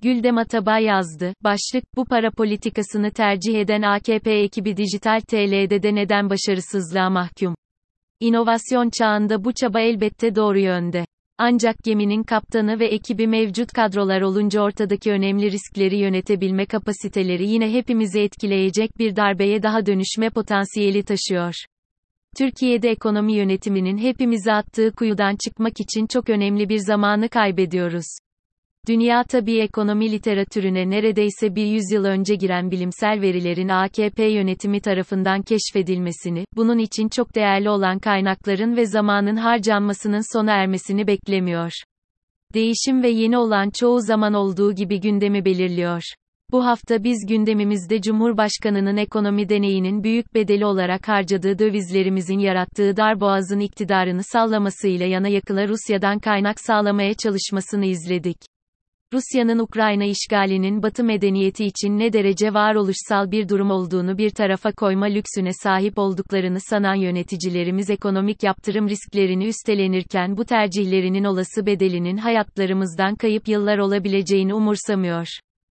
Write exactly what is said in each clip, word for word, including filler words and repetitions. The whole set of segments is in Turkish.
Güldem Atabay yazdı. Başlık, bu para politikasını tercih eden A K P ekibi dijital T L'de de neden başarısızlığa mahkum? İnovasyon çağında bu çaba elbette doğru yönde. Ancak geminin kaptanı ve ekibi mevcut kadrolar olunca ortadaki önemli riskleri yönetebilme kapasiteleri yine hepimizi etkileyecek bir darbeye daha dönüşme potansiyeli taşıyor. Türkiye'de ekonomi yönetiminin hepimizi attığı kuyudan çıkmak için çok önemli bir zamanı kaybediyoruz. Dünya tabii ekonomi literatürüne neredeyse bir yüzyıl önce giren bilimsel verilerin A K P yönetimi tarafından keşfedilmesini, bunun için çok değerli olan kaynakların ve zamanın harcanmasının sona ermesini beklemiyor. Değişim ve yeni olan çoğu zaman olduğu gibi gündemi belirliyor. Bu hafta biz gündemimizde Cumhurbaşkanı'nın ekonomi deneyinin büyük bedeli olarak harcadığı dövizlerimizin yarattığı darboğazın iktidarını sallamasıyla yana yakıla Rusya'dan kaynak sağlamaya çalışmasını izledik. Rusya'nın Ukrayna işgalinin Batı medeniyeti için ne derece varoluşsal bir durum olduğunu bir tarafa koyma lüksüne sahip olduklarını sanan yöneticilerimiz ekonomik yaptırım risklerini üstlenirken bu tercihlerinin olası bedelinin hayatlarımızdan kayıp yıllar olabileceğini umursamıyor.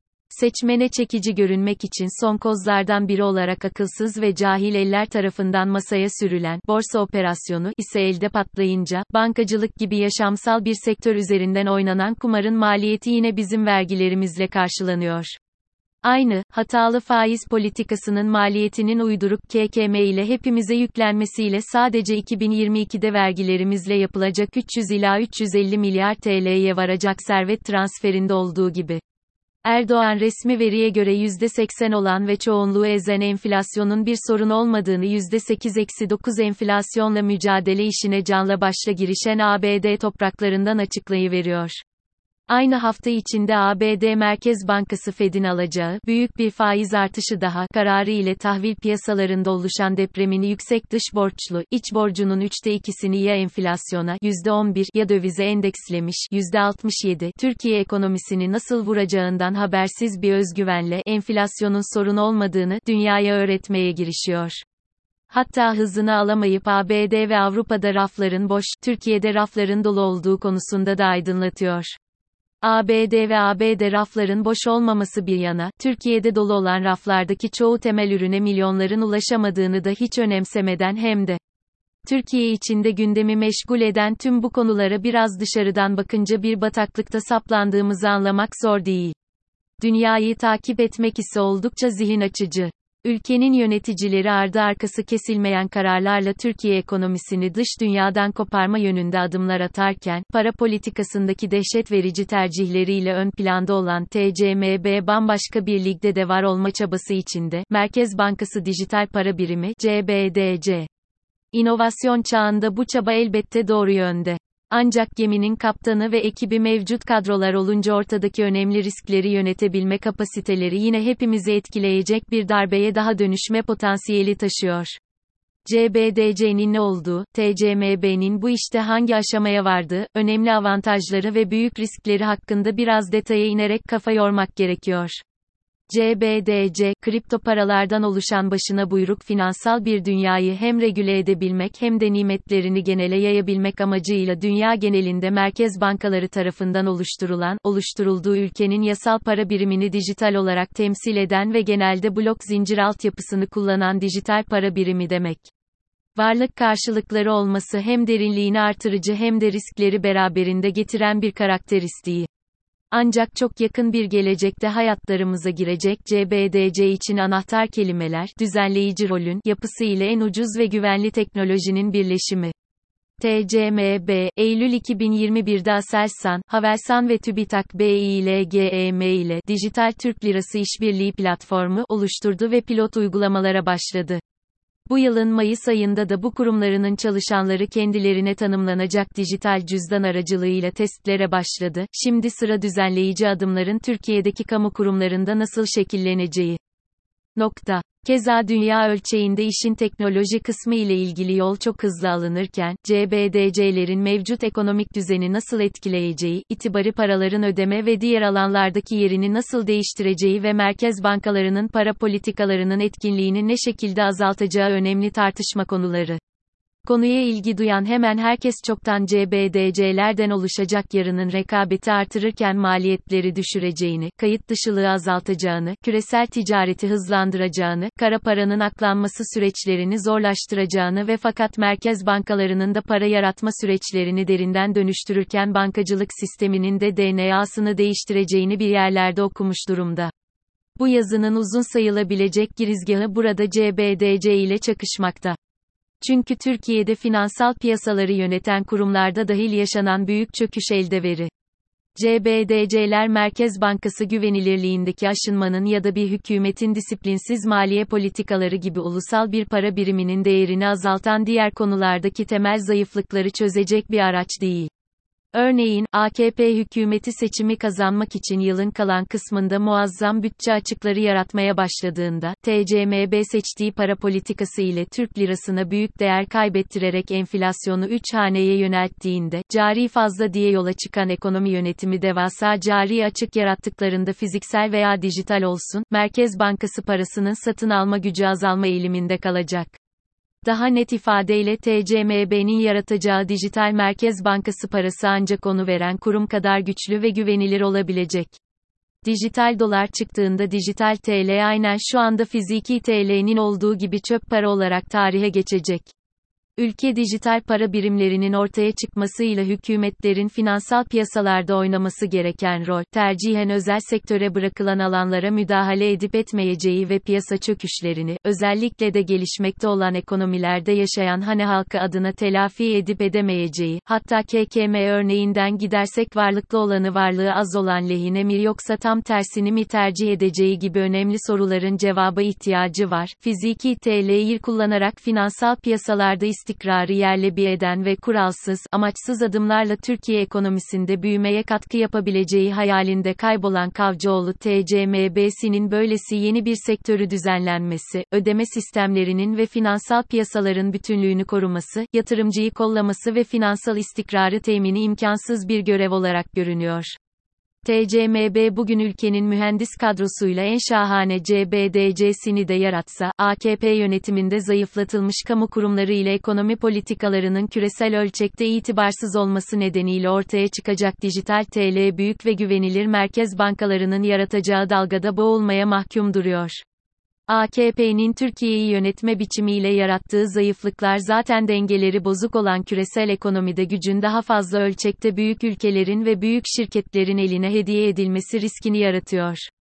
Seçmene çekici görünmek için son kozlardan biri olarak akılsız ve cahil eller tarafından masaya sürülen borsa operasyonu ise elde patlayınca, bankacılık gibi yaşamsal bir sektör üzerinden oynanan kumarın maliyeti yine bizim vergilerimizle karşılanıyor. Aynı, hatalı faiz politikasının maliyetinin uyduruk K K M ile hepimize yüklenmesiyle sadece iki bin yirmi ikide vergilerimizle yapılacak üç yüz ila üç yüz elli milyar T L'ye varacak servet transferinde olduğu gibi. Erdoğan resmi veriye göre yüzde seksen olan ve çoğunluğu ezen enflasyonun bir sorun olmadığını yüzde sekiz dokuz enflasyonla mücadele işine canla başla girişen A B D topraklarından açıklayıveriyor. Aynı hafta içinde A B D Merkez Bankası Fed'in alacağı büyük bir faiz artışı daha kararı ile tahvil piyasalarında oluşan depremin yüksek dış borçlu iç borcunun üçte ikisini ya enflasyona yüzde on bir ya dövize endekslemiş yüzde altmış yedi Türkiye ekonomisini nasıl vuracağından habersiz bir özgüvenle enflasyonun sorun olmadığını dünyaya öğretmeye girişiyor. Hatta hızını alamayıp A B D ve Avrupa'da rafların boş, Türkiye'de rafların dolu olduğu konusunda da aydınlatıyor. A B D ve A B D rafların boş olmaması bir yana, Türkiye'de dolu olan raflardaki çoğu temel ürüne milyonların ulaşamadığını da hiç önemsemeden hem de Türkiye içinde gündemi meşgul eden tüm bu konulara biraz dışarıdan bakınca bir bataklıkta saplandığımızı anlamak zor değil. Dünyayı takip etmek ise oldukça zihin açıcı. Ülkenin yöneticileri ardı arkası kesilmeyen kararlarla Türkiye ekonomisini dış dünyadan koparma yönünde adımlar atarken, para politikasındaki dehşet verici tercihleriyle ön planda olan T C M B bambaşka bir ligde de var olma çabası içinde, Merkez Bankası Dijital Para Birimi, C B D C. İnovasyon çağında bu çaba elbette doğru yönde. Ancak geminin kaptanı ve ekibi mevcut kadrolar olunca ortadaki önemli riskleri yönetebilme kapasiteleri yine hepimizi etkileyecek bir darbeye daha dönüşme potansiyeli taşıyor. C B D C'nin ne olduğu, T C M B'nin bu işte hangi aşamaya vardığı, önemli avantajları ve büyük riskleri hakkında biraz detaya inerek kafa yormak gerekiyor. C B D C, kripto paralardan oluşan başına buyruk finansal bir dünyayı hem regüle edebilmek hem de nimetlerini genele yayabilmek amacıyla dünya genelinde merkez bankaları tarafından oluşturulan, oluşturulduğu ülkenin yasal para birimini dijital olarak temsil eden ve genelde blok zincir altyapısını kullanan dijital para birimi demek. Varlık karşılıkları olması hem derinliğini artırıcı hem de riskleri beraberinde getiren bir karakteristiği. Ancak çok yakın bir gelecekte hayatlarımıza girecek C B D C için anahtar kelimeler, düzenleyici rolün yapısı ile en ucuz ve güvenli teknolojinin birleşimi. T C M B, Eylül iki bin yirmi birde Aselsan, Havelsan ve TÜBİTAK Bilgem ile Dijital Türk Lirası İşbirliği Platformu oluşturdu ve pilot uygulamalara başladı. Bu yılın Mayıs ayında da bu kurumlarının çalışanları kendilerine tanımlanacak dijital cüzdan aracılığıyla testlere başladı. Şimdi sıra düzenleyici adımların Türkiye'deki kamu kurumlarında nasıl şekilleneceği. Nokta. Keza dünya ölçeğinde işin teknoloji kısmı ile ilgili yol çok hızlı alınırken, C B D C'lerin mevcut ekonomik düzeni nasıl etkileyeceği, itibari paraların ödeme ve diğer alanlardaki yerini nasıl değiştireceği ve merkez bankalarının para politikalarının etkinliğini ne şekilde azaltacağı önemli tartışma konuları. Konuya ilgi duyan hemen herkes çoktan C B D C'lerden oluşacak yarının rekabeti artırırken maliyetleri düşüreceğini, kayıt dışılığı azaltacağını, küresel ticareti hızlandıracağını, kara paranın aklanması süreçlerini zorlaştıracağını ve fakat merkez bankalarının da para yaratma süreçlerini derinden dönüştürürken bankacılık sisteminin de D N A'sını değiştireceğini bir yerlerde okumuş durumda. Bu yazının uzun sayılabilecek girizgahı burada C B D C ile çakışmakta. Çünkü Türkiye'de finansal piyasaları yöneten kurumlarda dahil yaşanan büyük çöküş elde veri. C B D C'ler Merkez Bankası güvenilirliğindeki aşınmanın ya da bir hükümetin disiplinsiz maliye politikaları gibi ulusal bir para biriminin değerini azaltan diğer konulardaki temel zayıflıkları çözecek bir araç değil. Örneğin, A K P hükümeti seçimi kazanmak için yılın kalan kısmında muazzam bütçe açıkları yaratmaya başladığında, T C M B seçtiği para politikası ile Türk lirasına büyük değer kaybettirerek enflasyonu üç haneye yönelttiğinde, cari fazla diye yola çıkan ekonomi yönetimi devasa cari açık yarattıklarında fiziksel veya dijital olsun, Merkez Bankası parasının satın alma gücü azalma eğiliminde kalacak. Daha net ifadeyle T C M B'nin yaratacağı dijital Merkez Bankası parası ancak onu veren kurum kadar güçlü ve güvenilir olabilecek. Dijital dolar çıktığında dijital T L aynen şu anda fiziki T L'nin olduğu gibi çöp para olarak tarihe geçecek. Ülke dijital para birimlerinin ortaya çıkmasıyla hükümetlerin finansal piyasalarda oynaması gereken rol, tercihen özel sektöre bırakılan alanlara müdahale edip etmeyeceği ve piyasa çöküşlerini, özellikle de gelişmekte olan ekonomilerde yaşayan hane halkı adına telafi edip edemeyeceği, hatta K K M örneğinden gidersek varlıklı olanı varlığı az olan lehine mi yoksa tam tersini mi tercih edeceği gibi önemli soruların cevaba ihtiyacı var. Fiziki T L'yi kullanarak finansal piyasalarda istikrarı yerle bir eden ve kuralsız, amaçsız adımlarla Türkiye ekonomisinde büyümeye katkı yapabileceği hayalinde kaybolan Kavcıoğlu T C M B'sinin böylesi yeni bir sektörü düzenlenmesi, ödeme sistemlerinin ve finansal piyasaların bütünlüğünü koruması, yatırımcıyı kollaması ve finansal istikrarı temini imkansız bir görev olarak görünüyor. T C M B bugün ülkenin mühendis kadrosuyla en şahane C B D C'sini de yaratsa, A K P yönetiminde zayıflatılmış kamu kurumları ile ekonomi politikalarının küresel ölçekte itibarsız olması nedeniyle ortaya çıkacak dijital T L büyük ve güvenilir merkez bankalarının yaratacağı dalgada boğulmaya mahkum duruyor. A K P'nin Türkiye'yi yönetme biçimiyle yarattığı zayıflıklar zaten dengeleri bozuk olan küresel ekonomide gücün daha fazla ölçekte büyük ülkelerin ve büyük şirketlerin eline hediye edilmesi riskini yaratıyor.